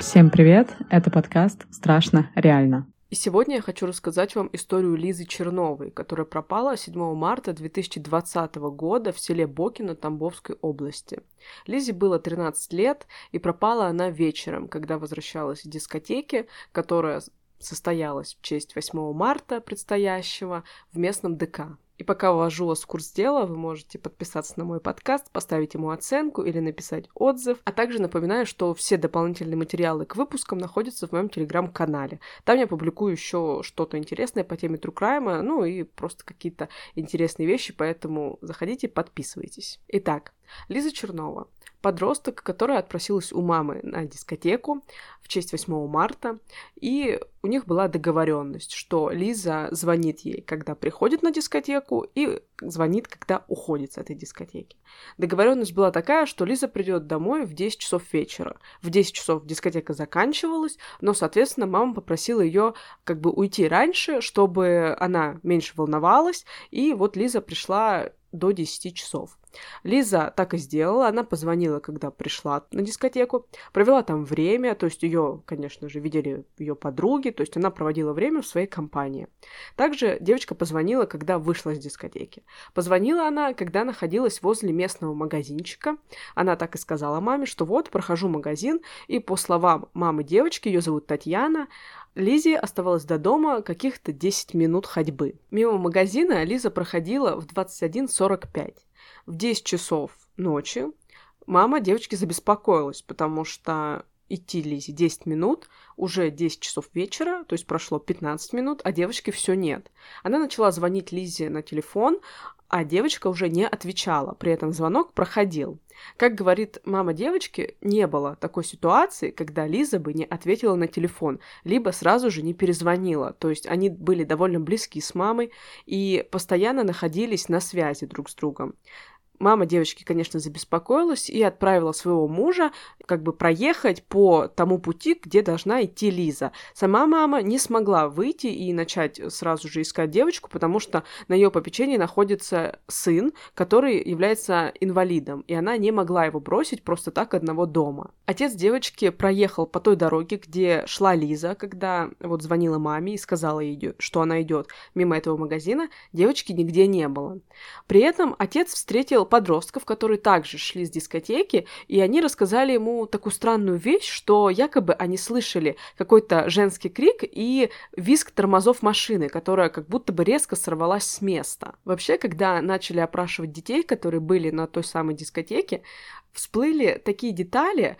Всем привет! Это подкаст «Страшно реально». И сегодня я хочу рассказать вам историю Лизы Черновой, которая пропала 7 марта 2020 года в селе Бокино Тамбовской области. Лизе было 13 лет, и пропала она вечером, когда возвращалась из дискотеки, которая состоялась в честь 8 марта предстоящего в местном ДК. И пока ввожу вас в курс дела, вы можете подписаться на мой подкаст, поставить ему оценку или написать отзыв. А также напоминаю, что все дополнительные материалы к выпускам находятся в моем телеграм-канале. Там я публикую еще что-то интересное по теме True Crime, ну и просто какие-то интересные вещи, поэтому заходите, подписывайтесь. Итак, Лиза Чернова. Подросток, которая отпросилась у мамы на дискотеку в честь 8 марта, и у них была договоренность, что Лиза звонит ей, когда приходит на дискотеку, и звонит, когда уходит с этой дискотеки. Договоренность была такая, что Лиза придет домой в 10 часов вечера. В 10 часов дискотека заканчивалась, но, соответственно, мама попросила ее уйти раньше, чтобы она меньше волновалась, и вот Лиза пришла до 10 часов. Лиза так и сделала, она позвонила, когда пришла на дискотеку, провела там время, то есть ее, конечно же, видели ее подруги, то есть она проводила время в своей компании. Также девочка позвонила, когда вышла с дискотеки. Позвонила она, когда находилась возле местного магазинчика. Она так и сказала маме, что вот, прохожу магазин, и по словам мамы девочки, ее зовут Татьяна, Лизе оставалось до дома каких-то 10 минут ходьбы. Мимо магазина Лиза проходила в 21:45. В 10 часов ночи мама девочки забеспокоилась, потому что идти Лизе 10 минут, уже 10 часов вечера, то есть прошло 15 минут, а девочки все нет. Она начала звонить Лизе на телефон, а девочка уже не отвечала, при этом звонок проходил. Как говорит мама девочки, не было такой ситуации, когда Лиза бы не ответила на телефон, либо сразу же не перезвонила. То есть они были довольно близки с мамой и постоянно находились на связи друг с другом. Мама девочки, конечно, забеспокоилась и отправила своего мужа проехать по тому пути, где должна идти Лиза. Сама мама не смогла выйти и начать сразу же искать девочку, потому что на ее попечении находится сын, который является инвалидом, и она не могла его бросить просто так одного дома. Отец девочки проехал по той дороге, где шла Лиза, когда вот звонила маме и сказала ей, что она идет мимо этого магазина, девочки нигде не было. При этом отец встретил подростков, которые также шли с дискотеки, и они рассказали ему такую странную вещь, что якобы они слышали какой-то женский крик и визг тормозов машины, которая как будто бы резко сорвалась с места. Вообще, когда начали опрашивать детей, которые были на той самой дискотеке, всплыли такие детали,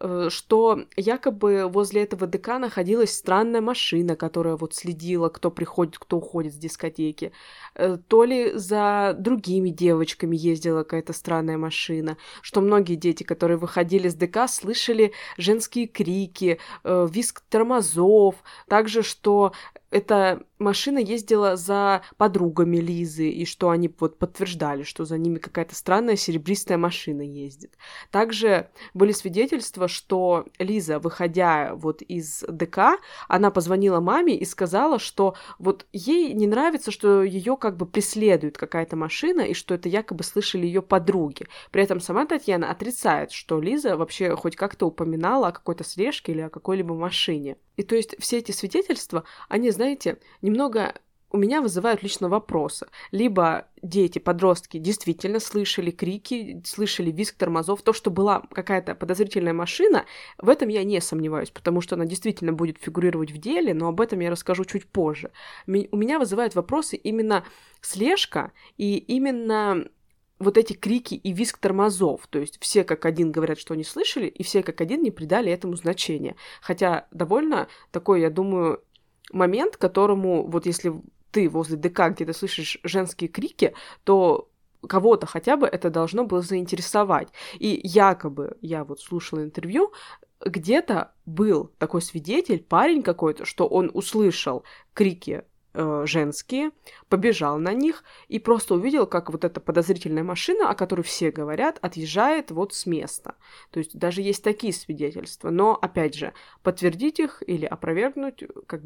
что якобы возле этого ДК находилась странная машина, которая вот следила, кто приходит, кто уходит с дискотеки. То ли за другими девочками ездила какая-то странная машина, что многие дети, которые выходили с ДК, слышали женские крики, визг тормозов, также, что эта машина ездила за подругами Лизы, и что они вот подтверждали, что за ними какая-то странная серебристая машина ездит. Также были свидетельства, что Лиза, выходя вот из ДК, она позвонила маме и сказала, что вот ей не нравится, что ее преследует какая-то машина, и что это якобы слышали ее подруги. При этом сама Татьяна отрицает, что Лиза вообще хоть как-то упоминала о какой-то слежке или о какой-либо машине. И то есть все эти свидетельства, они, знаете, немного у меня вызывают лично вопросы. Либо дети, подростки действительно слышали крики, слышали визг тормозов. То, что была какая-то подозрительная машина, в этом я не сомневаюсь, потому что она действительно будет фигурировать в деле, но об этом я расскажу чуть позже. У меня вызывают вопросы именно слежка и именно вот эти крики и визг тормозов. То есть все как один говорят, что они слышали, и все как один не придали этому значения. Хотя довольно такой, я думаю, момент, которому вот если ты возле ДК где-то слышишь женские крики, то кого-то хотя бы это должно было заинтересовать. И якобы, я вот слушала интервью, где-то был такой свидетель, парень какой-то, что он услышал крики женские, побежал на них и просто увидел, как вот эта подозрительная машина, о которой все говорят, отъезжает вот с места. То есть даже есть такие свидетельства, но, опять же, подтвердить их или опровергнуть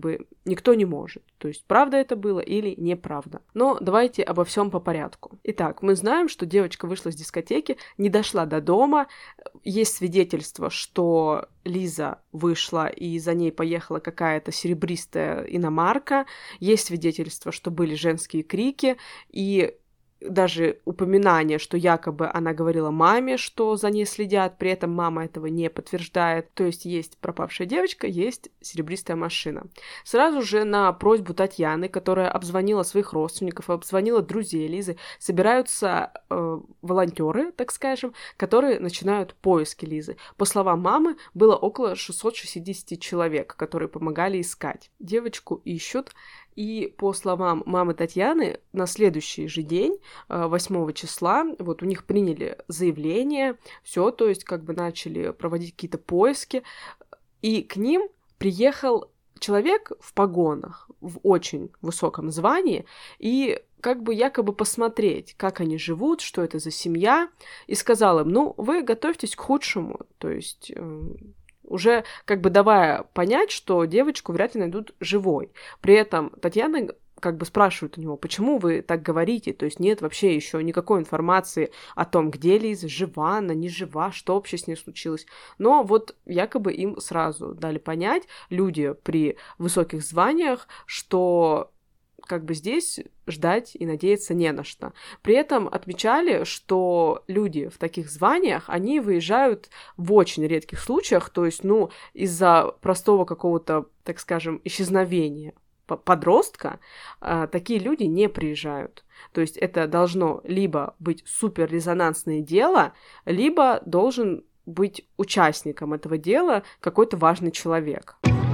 никто не может. То есть правда это было или неправда. Но давайте обо всем по порядку. Итак, мы знаем, что девочка вышла с дискотеки, не дошла до дома. Есть свидетельство, что Лиза вышла, и за ней поехала какая-то серебристая иномарка. Есть свидетельство, что были женские крики, и даже упоминание, что якобы она говорила маме, что за ней следят, при этом мама этого не подтверждает. То есть пропавшая девочка, есть серебристая машина. Сразу же на просьбу Татьяны, которая обзвонила своих родственников, обзвонила друзей Лизы, собираются волонтеры, так скажем, которые начинают поиски Лизы. По словам мамы, было около 660 человек, которые помогали искать. Девочку ищут. И по словам мамы Татьяны, на следующий же день, 8 числа, вот у них приняли заявление, все, то есть как бы начали проводить какие-то поиски, и к ним приехал человек в погонах, в очень высоком звании, и как бы якобы посмотреть, как они живут, что это за семья, и сказал им, ну, вы готовьтесь к худшему, то есть уже как бы давая понять, что девочку вряд ли найдут живой. При этом Татьяна как бы спрашивает у него, почему вы так говорите, то есть нет вообще еще никакой информации о том, где Лиза, жива она, не жива, что вообще с ней случилось. Но вот якобы им сразу дали понять, люди при высоких званиях, что как бы здесь ждать и надеяться не на что. При этом отмечали, что люди в таких званиях, они выезжают в очень редких случаях, то есть, из-за простого какого-то, так скажем, исчезновения подростка, такие люди не приезжают. То есть это должно либо быть суперрезонансное дело, либо должен быть участником этого дела какой-то важный человек.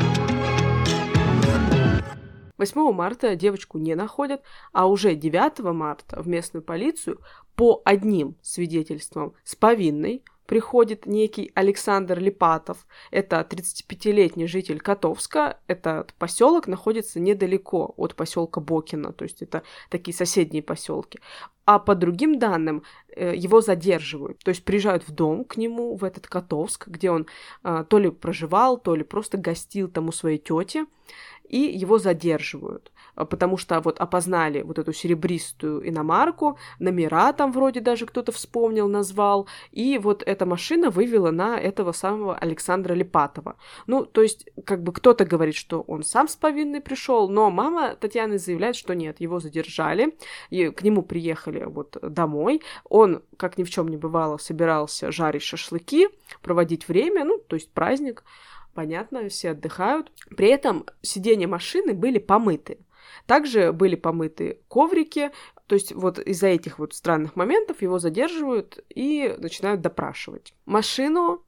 8 марта девочку не находят, а уже 9 марта в местную полицию по одним свидетельствам с повинной приходит некий Александр Липатов. Это 35-летний житель Котовска. Этот поселок находится недалеко от поселка Бокино, то есть это такие соседние поселки. А по другим данным, его задерживают. То есть приезжают в дом к нему, в этот Котовск, где он то ли проживал, то ли просто гостил там у своей тети, и его задерживают, потому что вот опознали вот эту серебристую иномарку, номера там вроде даже кто-то вспомнил, назвал, и вот эта машина вывела на этого самого Александра Липатова. То есть как бы кто-то говорит, что он сам с повинной пришел, но мама Татьяны заявляет, что нет, его задержали, и к нему приехали вот домой, он, как ни в чем не бывало, собирался жарить шашлыки, проводить время, то есть праздник. Понятно, все отдыхают. При этом сиденья машины были помыты. Также были помыты коврики. То есть вот из-за этих вот странных моментов его задерживают и начинают допрашивать. Машину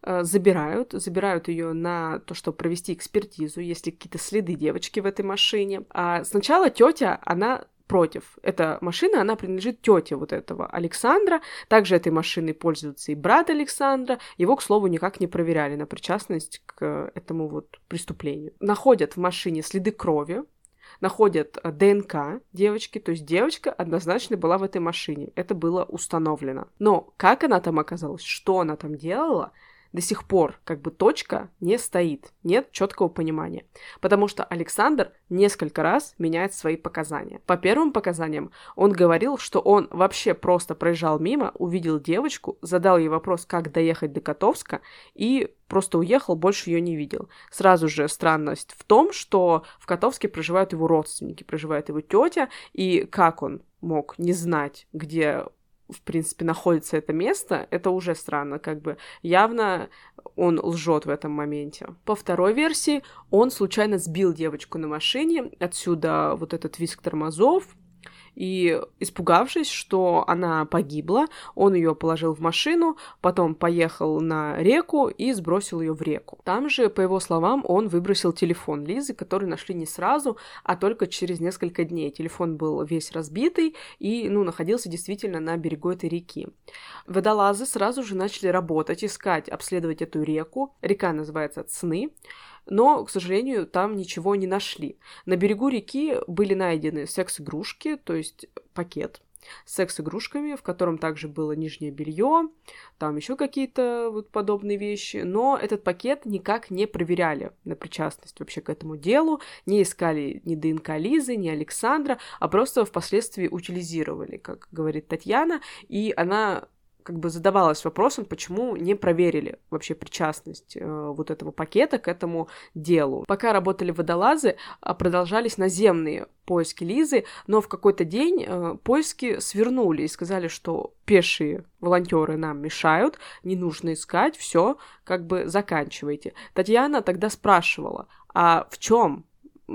забирают ее на то, чтобы провести экспертизу, есть ли какие-то следы девочки в этой машине. А сначала тетя, она против. Эта машина, она принадлежит тете вот этого Александра. Также этой машиной пользуется и брат Александра. Его, к слову, никак не проверяли на причастность к этому вот преступлению. Находят в машине следы крови, находят ДНК девочки, то есть девочка однозначно была в этой машине. Это было установлено. Но как она там оказалась, что она там делала, до сих пор как бы точка не стоит, нет четкого понимания, потому что Александр несколько раз меняет свои показания. По первым показаниям он говорил, что он вообще просто проезжал мимо, увидел девочку, задал ей вопрос, как доехать до Котовска, и просто уехал, больше ее не видел. Сразу же странность в том, что в Котовске проживают его родственники, проживает его тетя, и как он мог не знать, где в принципе, находится это место, это уже странно, как бы явно он лжет в этом моменте. По второй версии, он случайно сбил девочку на машине, отсюда вот этот визг тормозов, и, испугавшись, что она погибла, он ее положил в машину, потом поехал на реку и сбросил ее в реку. Там же, по его словам, он выбросил телефон Лизы, который нашли не сразу, а только через несколько дней. Телефон был весь разбитый и, находился действительно на берегу этой реки. Водолазы сразу же начали работать, искать, обследовать эту реку. Река называется Цны. Но, к сожалению, там ничего не нашли. На берегу реки были найдены секс-игрушки, то есть пакет с секс-игрушками, в котором также было нижнее белье, там еще какие-то вот подобные вещи, но этот пакет никак не проверяли на причастность вообще к этому делу, не искали ни ДНК Лизы, ни Александра, а просто впоследствии утилизировали, как говорит Татьяна, и она как бы задавалась вопросом, почему не проверили вообще причастность вот этого пакета к этому делу. Пока работали водолазы, продолжались наземные поиски Лизы, но в какой-то день поиски свернули и сказали, что пешие волонтеры нам мешают, не нужно искать, все, как бы заканчивайте. Татьяна тогда спрашивала, а в чем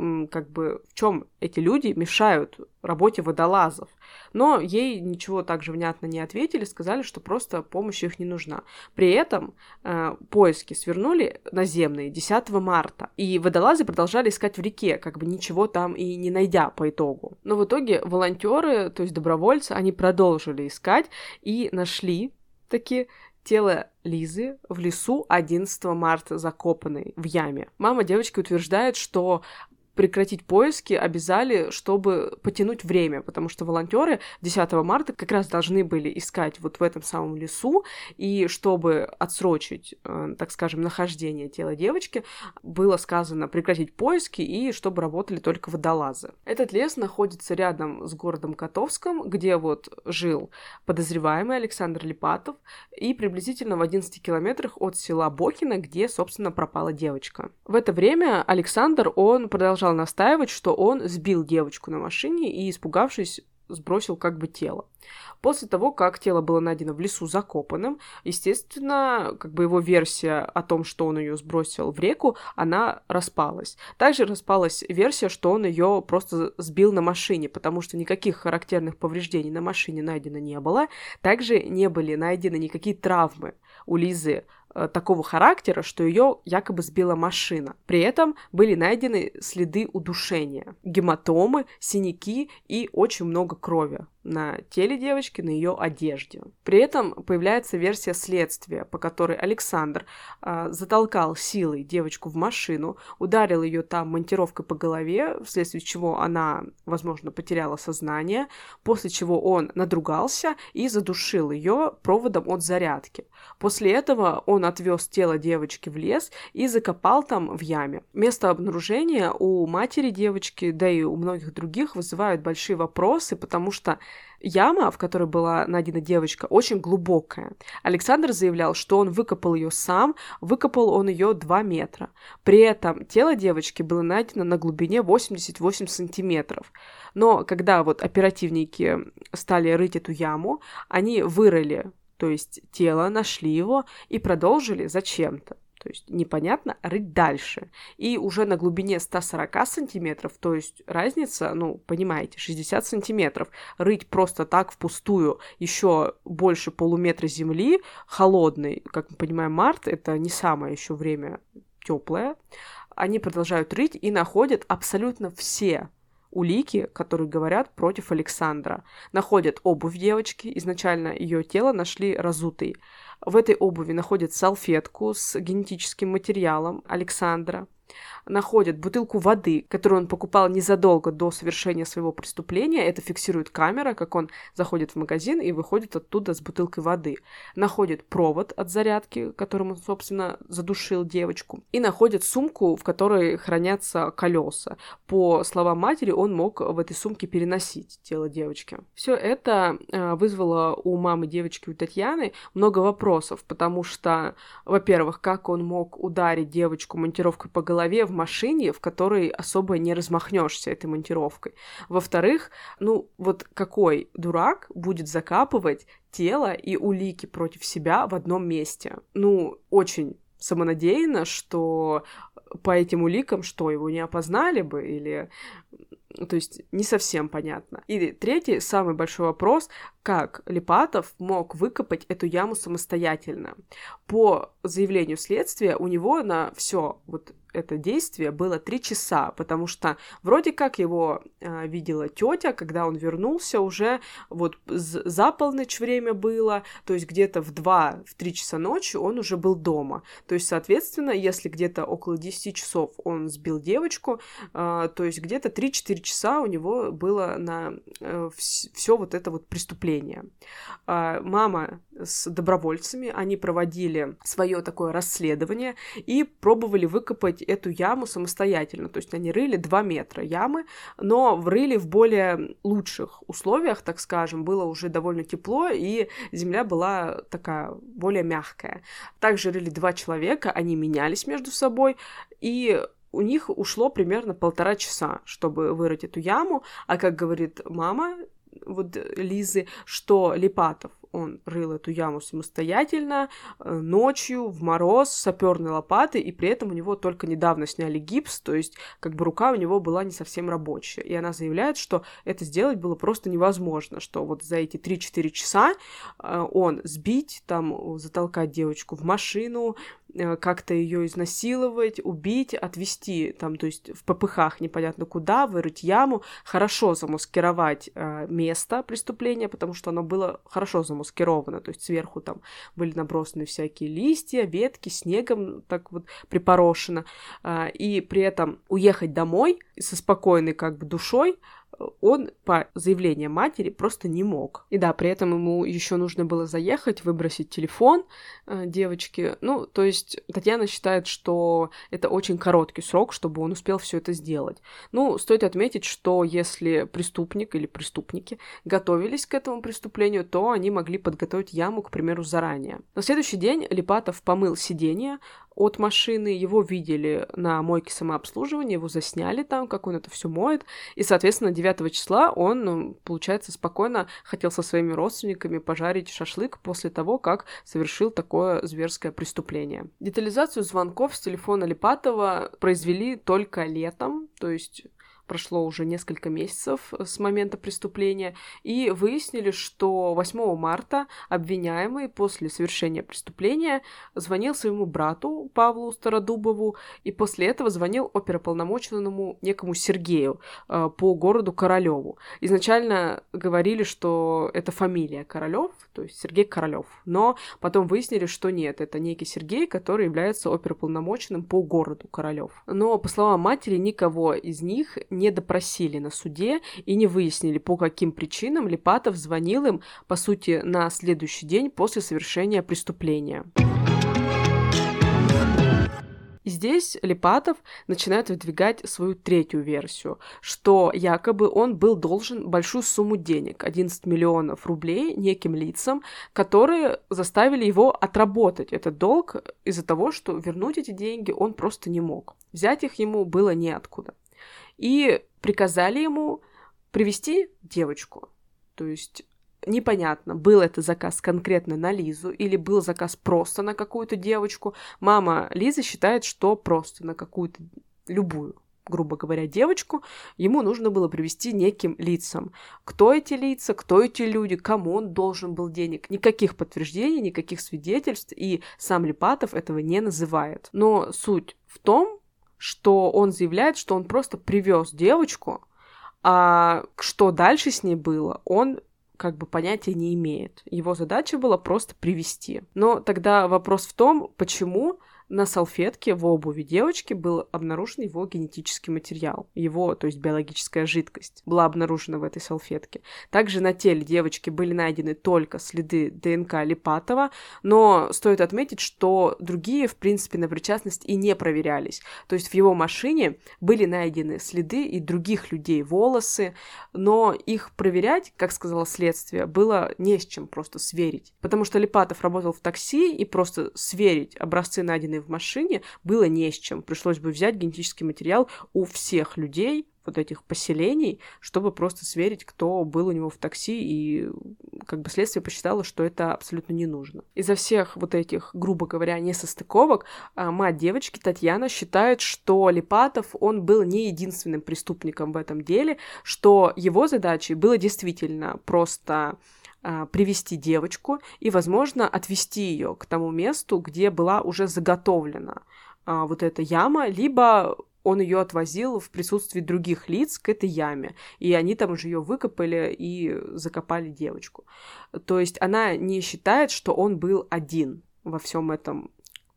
эти люди мешают работе водолазов? Но ей ничего так же внятно не ответили, сказали, что просто помощь их не нужна. При этом поиски свернули наземные 10 марта, и водолазы продолжали искать в реке, как бы ничего там и не найдя по итогу. Но в итоге волонтеры, то есть добровольцы, они продолжили искать и нашли таки тело Лизы в лесу 11 марта, закопанной в яме. Мама девочки утверждает, что прекратить поиски обязали, чтобы потянуть время, потому что волонтеры 10 марта как раз должны были искать вот в этом самом лесу, и чтобы отсрочить, так скажем, нахождение тела девочки, было сказано прекратить поиски и чтобы работали только водолазы. Этот лес находится рядом с городом Котовском, где вот жил подозреваемый Александр Липатов, и приблизительно в 11 километрах от села Бокино, где, собственно, пропала девочка. В это время Александр, он продолжал настаивать, что он сбил девочку на машине и, испугавшись, сбросил как бы тело. После того, как тело было найдено в лесу закопанным, естественно, как бы его версия о том, что он ее сбросил в реку, она распалась. Также распалась версия, что он ее просто сбил на машине, потому что никаких характерных повреждений на машине найдено не было. Также не были найдены никакие травмы у Лизы такого характера, что ее якобы сбила машина. При этом были найдены следы удушения, гематомы, синяки и очень много крови на теле девочки, на ее одежде. При этом появляется версия следствия, по которой Александр затолкал силой девочку в машину, ударил ее там монтировкой по голове, вследствие чего она, возможно, потеряла сознание, после чего он надругался и задушил ее проводом от зарядки. После этого он отвез тело девочки в лес и закопал там в яме. Место обнаружения у матери девочки, да и у многих других, вызывают большие вопросы, потому что яма, в которой была найдена девочка, очень глубокая. Александр заявлял, что он выкопал ее сам, выкопал он ее 2 метра. При этом тело девочки было найдено на глубине 88 сантиметров. Но когда вот оперативники стали рыть эту яму, они вырыли, то есть тело, нашли его и продолжили зачем-то. То есть непонятно рыть дальше. И уже на глубине 140 сантиметров, то есть разница, понимаете, 60 сантиметров, рыть просто так впустую еще больше полуметра земли, холодный, как мы понимаем, март, это не самое еще время теплое, они продолжают рыть и находят абсолютно все улики, которые говорят против Александра. Находят обувь девочки, изначально ее тело нашли разутой. В этой обуви находят салфетку с генетическим материалом Александра. Находят бутылку воды, которую он покупал незадолго до совершения своего преступления. Это фиксирует камера, как он заходит в магазин и выходит оттуда с бутылкой воды. Находят провод от зарядки, которым он, собственно, задушил девочку. И находят сумку, в которой хранятся колеса. По словам матери, он мог в этой сумке переносить тело девочки. Все это вызвало у мамы девочки, у Татьяны, много вопросов, потому что, во-первых, как он мог ударить девочку монтировкой по голове в машине, в которой особо не размахнешься этой монтировкой. Во-вторых, какой дурак будет закапывать тело и улики против себя в одном месте? Очень самонадеянно, что по этим уликам, что его не опознали бы, или... То есть не совсем понятно. И третий, самый большой вопрос, как Липатов мог выкопать эту яму самостоятельно. По заявлению следствия, у него на все вот это действие было 3 часа, потому что вроде как его видела тетя, когда он вернулся, уже вот за полночь время было, то есть где-то в 2-3 часа ночи он уже был дома. То есть, соответственно, если где-то около 10 часов он сбил девочку, то есть где-то 3-4 3-4 часа у него было на все вот это вот преступление. Мама с добровольцами, они проводили свое такое расследование и пробовали выкопать эту яму самостоятельно. То есть они рыли 2 метра ямы, но рыли в более лучших условиях, так скажем. Было уже довольно тепло, и земля была такая более мягкая. Также рыли 2 человека, они менялись между собой, и у них ушло примерно 1,5 часа, чтобы вырыть эту яму. А как говорит мама вот Лизы, что Липатов, он рыл эту яму самостоятельно, ночью, в мороз, с сапёрной лопатой, и при этом у него только недавно сняли гипс, то есть как бы рука у него была не совсем рабочая. И она заявляет, что это сделать было просто невозможно, что вот за эти 3-4 часа он сбить, там, затолкать девочку в машину, как-то ее изнасиловать, убить, отвезти, там, то есть в попыхах непонятно куда, вырыть яму, хорошо замаскировать место преступления, потому что оно было хорошо замаскировано, то есть сверху там были набросаны всякие листья, ветки, снегом так вот припорошено, и при этом уехать домой со спокойной как бы душой он, по заявлению матери, просто не мог. И да, при этом ему еще нужно было заехать, выбросить телефон девочки. Ну, то есть Татьяна считает, что это очень короткий срок, чтобы он успел все это сделать. Ну, стоит отметить, что если преступник или преступники готовились к этому преступлению, то они могли подготовить яму, к примеру, заранее. На следующий день Липатов помыл сиденье от машины, его видели на мойке самообслуживания, его засняли там, как он это все моет, и, соответственно, 9 числа он, получается, спокойно хотел со своими родственниками пожарить шашлык после того, как совершил такое зверское преступление. Детализацию звонков с телефона Липатова произвели только летом, то есть прошло уже несколько месяцев с момента преступления, и выяснили, что 8 марта обвиняемый после совершения преступления звонил своему брату Павлу Стародубову, и после этого звонил оперуполномоченному некому Сергею по городу Королеву. Изначально говорили, что это фамилия Королёв, то есть Сергей Королёв, но потом выяснили, что нет, это некий Сергей, который является оперуполномоченным по городу Королёв. Но, по словам матери, никого из них не допросили на суде и не выяснили, по каким причинам Липатов звонил им, по сути, на следующий день после совершения преступления. И здесь Липатов начинает выдвигать свою третью версию, что якобы он был должен большую сумму денег, 11 миллионов рублей, неким лицам, которые заставили его отработать этот долг из-за того, что вернуть эти деньги он просто не мог. Взять их ему было неоткуда. И приказали ему привести девочку. То есть непонятно, был это заказ конкретно на Лизу или был заказ просто на какую-то девочку. Мама Лизы считает, что просто на какую-то любую, грубо говоря, девочку ему нужно было привести неким лицам. Кто эти лица, кто эти люди, кому он должен был денег. Никаких подтверждений, никаких свидетельств, и сам Липатов этого не называет. Но суть в том, что он заявляет, что он просто привез девочку, а что дальше с ней было, он как бы понятия не имеет. Его задача была просто привезти. Но тогда вопрос в том, почему на салфетке в обуви девочки был обнаружен его генетический материал. Его, то есть биологическая жидкость, была обнаружена в этой салфетке. Также на теле девочки были найдены только следы ДНК Липатова, но стоит отметить, что другие, в принципе, на причастность и не проверялись. То есть в его машине были найдены следы и других людей, волосы, но их проверять, как сказало следствие, было не с чем просто сверить. Потому что Липатов работал в такси, и просто сверить образцы, найденные в машине, было не с чем. Пришлось бы взять генетический материал у всех людей вот этих поселений, чтобы просто сверить, кто был у него в такси, и как бы следствие посчитало, что это абсолютно не нужно. Из-за всех вот этих, грубо говоря, несостыковок, мать девочки Татьяна считает, что Липатов, он был не единственным преступником в этом деле, что его задачей было действительно просто привести девочку и, возможно, отвезти ее к тому месту, где была уже заготовлена вот эта яма, либо он ее отвозил в присутствии других лиц к этой яме, и они там уже ее выкопали и закопали девочку. То есть она не считает, что он был один во всем этом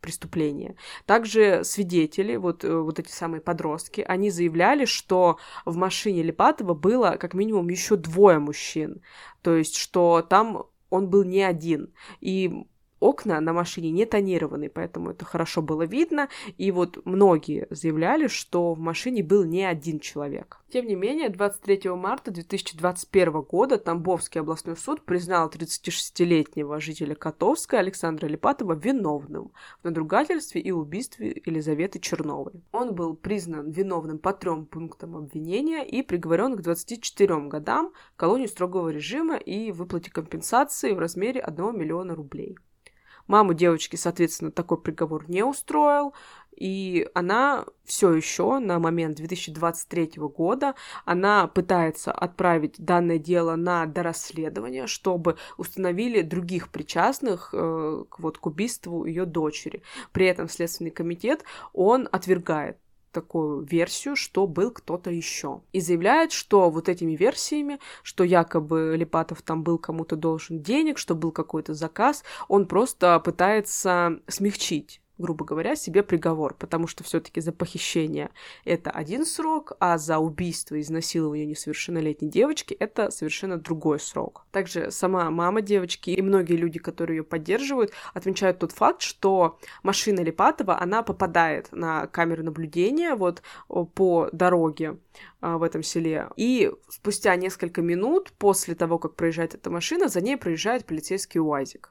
преступления. Также свидетели, вот эти самые подростки, они заявляли, что в машине Липатова было как минимум еще 2 мужчин, то есть что там он был не один, и окна на машине не тонированы, поэтому это хорошо было видно, и вот многие заявляли, что в машине был не один человек. Тем не менее, 23 марта 2021 года Тамбовский областной суд признал 36-летнего жителя Котовска Александра Липатова виновным в надругательстве и убийстве Елизаветы Черновой. Он был признан виновным по 3 пунктам обвинения и приговорен к 24 годам колонии строгого режима и выплате компенсации в размере 1 миллиона рублей. Маму девочки, соответственно, такой приговор не устроил, и она все еще на момент 2023 года она пытается отправить данное дело на дорасследование, чтобы установили других причастных к убийству ее дочери. При этом Следственный комитет, он отвергает такую версию, что был кто-то еще. И заявляет, что вот этими версиями, что якобы Липатов там был кому-то должен денег, что был какой-то заказ, он просто пытается смягчить, грубо говоря, себе приговор, потому что все-таки за похищение это 1 срок, а за убийство и изнасилование несовершеннолетней девочки это совершенно другой срок. Также сама мама девочки и многие люди, которые ее поддерживают, отмечают тот факт, что машина Липатова, она попадает на камеру наблюдения вот по дороге в этом селе, и спустя несколько минут после того, как проезжает эта машина, за ней проезжает полицейский УАЗик.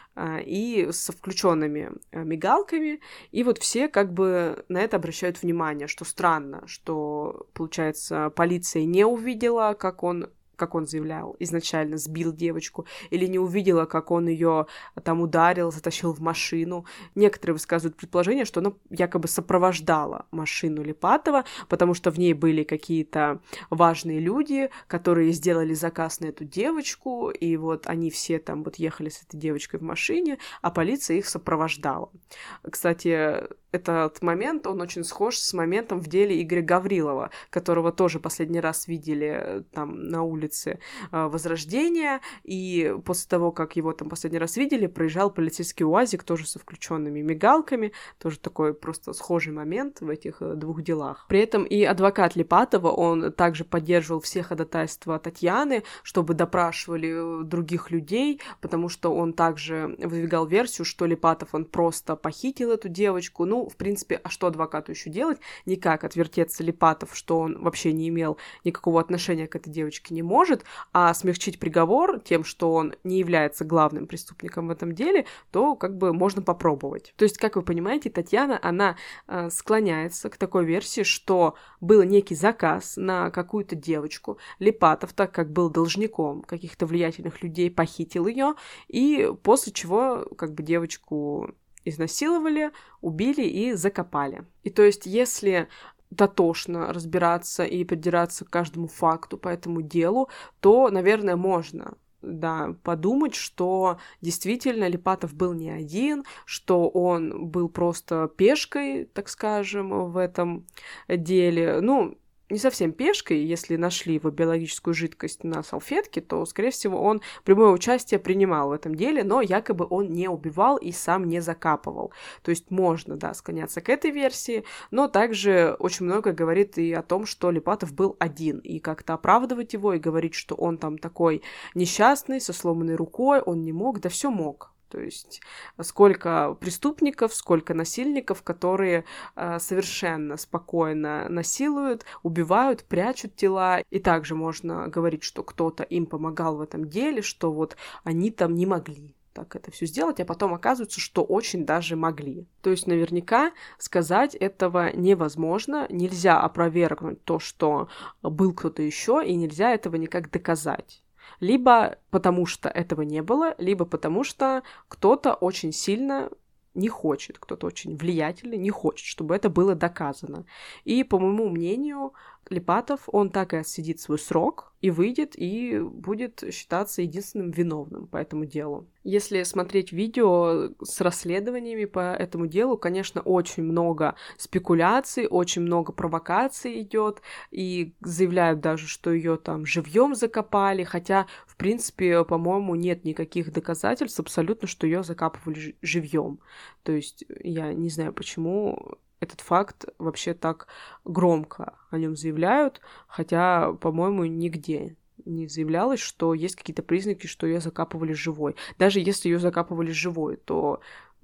И со включенными мигалками, и вот все как бы на это обращают внимание, что странно, что, получается, полиция не увидела, как он заявлял, изначально сбил девочку, или не увидела, как он ее там ударил, затащил в машину. Некоторые высказывают предположение, что она якобы сопровождала машину Липатова, потому что в ней были какие-то важные люди, которые сделали заказ на эту девочку, и вот они все там вот ехали с этой девочкой в машине, а полиция их сопровождала. Кстати, этот момент, он очень схож с моментом в деле Игоря Гаврилова, которого тоже последний раз видели там на улице Возрождения, и после того, как его там последний раз видели, проезжал полицейский УАЗик тоже со включенными мигалками, тоже такой просто схожий момент в этих 2 делах. При этом и адвокат Липатова, он также поддерживал все ходатайства Татьяны, чтобы допрашивали других людей, потому что он также выдвигал версию, что Липатов, он просто похитил эту девочку. Ну, в принципе, а что адвокату еще делать? Никак отвертеться Липатов, что он вообще не имел никакого отношения к этой девочке, не может, а смягчить приговор тем, что он не является главным преступником в этом деле, то как бы можно попробовать. То есть, как вы понимаете, Татьяна, она склоняется к такой версии, что был некий заказ на какую-то девочку, Липатов, так как был должником каких-то влиятельных людей, похитил ее, и после чего как бы девочку изнасиловали, убили и закопали. И то есть, если дотошно разбираться и придираться к каждому факту по этому делу, то, наверное, можно, да, подумать, что действительно Липатов был не один, что он был просто пешкой, так скажем, в этом деле. Ну, не совсем пешкой, если нашли его биологическую жидкость на салфетке, то, скорее всего, он прямое участие принимал в этом деле, но якобы он не убивал и сам не закапывал. То есть можно, да, склоняться к этой версии, но также очень много говорит и о том, что Липатов был один, и как-то оправдывать его и говорить, что он там такой несчастный, со сломанной рукой, он не мог, да все мог. То есть сколько преступников, сколько насильников, которые совершенно спокойно насилуют, убивают, прячут тела. И также можно говорить, что кто-то им помогал в этом деле, что вот они там не могли так это все сделать, а потом оказывается, что очень даже могли. То есть наверняка сказать этого невозможно, нельзя опровергнуть то, что был кто-то еще, и нельзя этого никак доказать. Либо потому что этого не было, либо потому что кто-то очень сильно не хочет, кто-то очень влиятельный не хочет, чтобы это было доказано. И, по моему мнению, Липатов, он так и отсидит свой срок и выйдет, и будет считаться единственным виновным по этому делу. Если смотреть видео с расследованиями по этому делу, конечно, очень много спекуляций, очень много провокаций идет, и заявляют даже, что ее там живьем закопали, хотя, в принципе, по-моему, нет никаких доказательств абсолютно, что ее закапывали живьем. То есть я не знаю, почему этот факт вообще так громко о нем заявляют, хотя, по-моему, нигде не заявлялось, что есть какие-то признаки, что ее закапывали живой. Даже если ее закапывали живой, то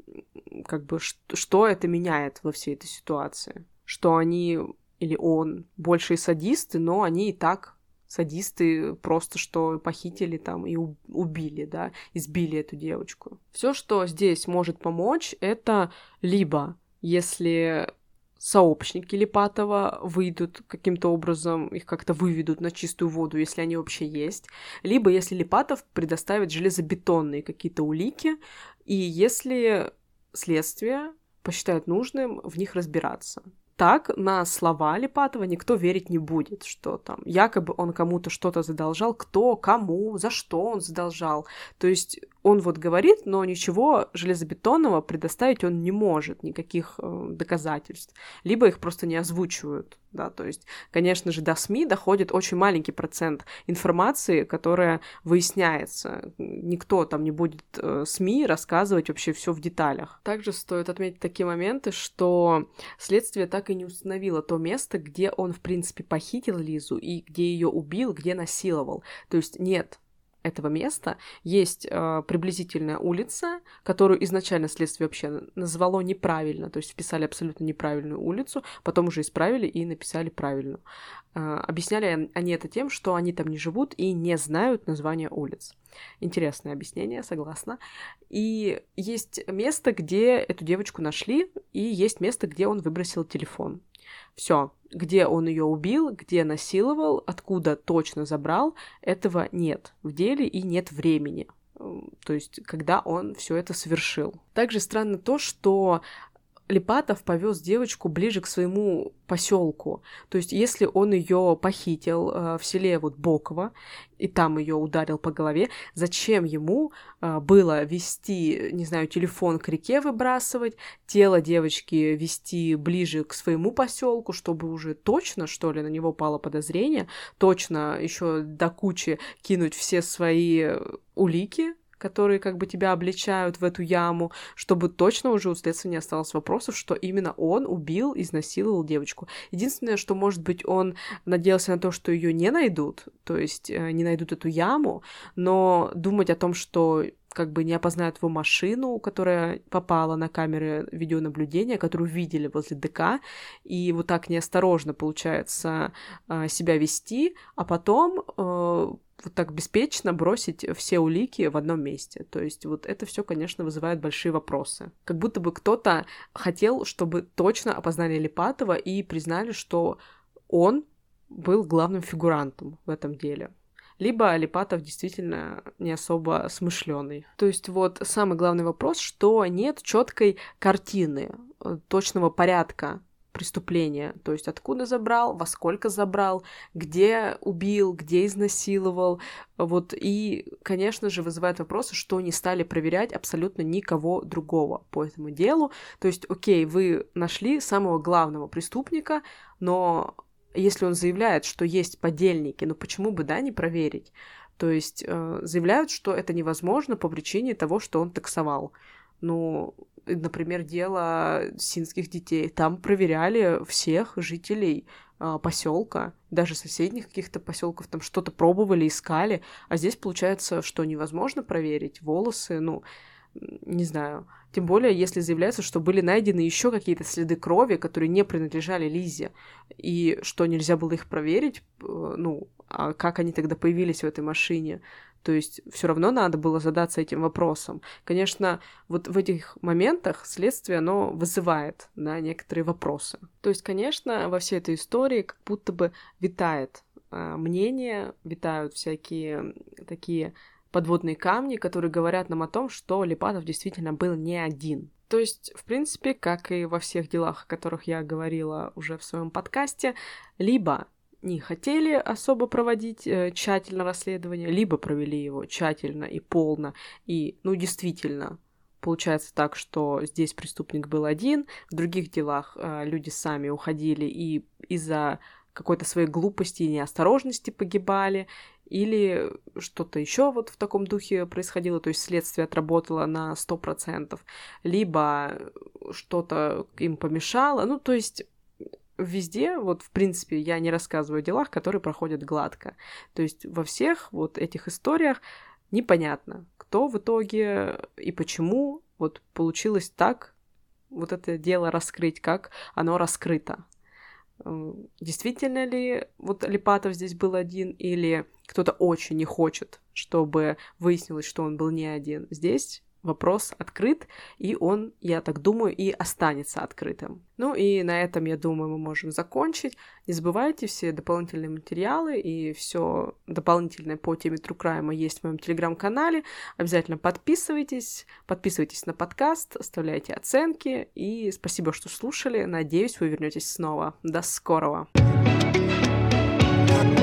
как бы что это меняет во всей этой ситуации? Что они или он большие садисты, но они и так садисты, просто что похитили там и убили, да, избили эту девочку. Все, что здесь может помочь, это либо если сообщники Липатова выйдут каким-то образом, их как-то выведут на чистую воду, если они вообще есть, либо если Липатов предоставит железобетонные какие-то улики, и если следствие посчитает нужным в них разбираться. Так на слова Липатова никто верить не будет, что там якобы он кому-то что-то задолжал, кто, кому, за что он задолжал. То есть он вот говорит, но ничего железобетонного предоставить он не может, никаких доказательств. Либо их просто не озвучивают, да, то есть, конечно же, до СМИ доходит очень маленький процент информации, которая выясняется. Никто там не будет СМИ рассказывать вообще все в деталях. Также стоит отметить такие моменты, что следствие так и не установило то место, где он, в принципе, похитил Лизу и где ее убил, где насиловал. То есть нет этого места, есть приблизительная улица, которую изначально следствие вообще назвало неправильно, то есть вписали абсолютно неправильную улицу, потом уже исправили и написали правильно. Объясняли они это тем, что они там не живут и не знают названия улиц. Интересное объяснение, согласна. И есть место, где эту девочку нашли, и есть место, где он выбросил телефон. Все, где он ее убил, где насиловал, откуда точно забрал, этого нет в деле и нет времени. То есть, когда он все это совершил. Также странно то, что Липатов повез девочку ближе к своему поселку. То есть, если он ее похитил в селе вот Боково, и там ее ударил по голове, зачем ему было вести, не знаю, телефон к реке выбрасывать, тело девочки вести ближе к своему поселку, чтобы уже точно, что ли, на него пало подозрение, точно еще до кучи кинуть все свои улики, которые как бы тебя обличают в эту яму, чтобы точно уже у следствия не осталось вопросов, что именно он убил, изнасиловал девочку. Единственное, что, может быть, он надеялся на то, что ее не найдут, то есть не найдут эту яму, но думать о том, что как бы не опознают его машину, которая попала на камеры видеонаблюдения, которую видели возле ДК, и вот так неосторожно, получается, себя вести, а потом вот так беспечно бросить все улики в одном месте. То есть вот это все, конечно, вызывает большие вопросы. Как будто бы кто-то хотел, чтобы точно опознали Липатова и признали, что он был главным фигурантом в этом деле. Либо Липатов действительно не особо смышленый. То есть вот самый главный вопрос, что нет четкой картины, точного порядка преступления, то есть откуда забрал, во сколько забрал, где убил, где изнасиловал, вот, и, конечно же, вызывает вопросы, что не стали проверять абсолютно никого другого по этому делу, то есть, окей, вы нашли самого главного преступника, но если он заявляет, что есть подельники, ну почему бы, да, не проверить? То есть заявляют, что это невозможно по причине того, что он таксовал. Ну, например, дело синских детей. Там проверяли всех жителей поселка, даже соседних каких-то поселков, там что-то пробовали, искали. А здесь получается, что невозможно проверить волосы, ну, не знаю. Тем более, если заявляется, что были найдены еще какие-то следы крови, которые не принадлежали Лизе, и что нельзя было их проверить, ну, а как они тогда появились в этой машине? То есть все равно надо было задаться этим вопросом. Конечно, вот в этих моментах следствие, оно вызывает, да, некоторые вопросы. То есть, конечно, во всей этой истории как будто бы витает мнение, витают всякие такие подводные камни, которые говорят нам о том, что Липатов действительно был не один. То есть, в принципе, как и во всех делах, о которых я говорила уже в своем подкасте, либо не хотели особо проводить тщательно расследование, либо провели его тщательно и полно, и, действительно, получается так, что здесь преступник был один, в других делах люди сами уходили и из-за какой-то своей глупости и неосторожности погибали, или что-то еще вот в таком духе происходило, то есть следствие отработало на 100%, либо что-то им помешало, то есть везде, вот, в принципе, я не рассказываю о делах, которые проходят гладко. То есть во всех вот этих историях непонятно, кто в итоге и почему вот получилось так вот это дело раскрыть, как оно раскрыто. Действительно ли вот Липатов здесь был один, или кто-то очень не хочет, чтобы выяснилось, что он был не один. Здесь вопрос открыт, и он, я так думаю, и останется открытым. И на этом, я думаю, мы можем закончить. Не забывайте, все дополнительные материалы и все дополнительное по теме True Crime есть в моем телеграм-канале. Обязательно подписывайтесь на подкаст, оставляйте оценки, и спасибо, что слушали. Надеюсь, вы вернетесь снова. До скорого!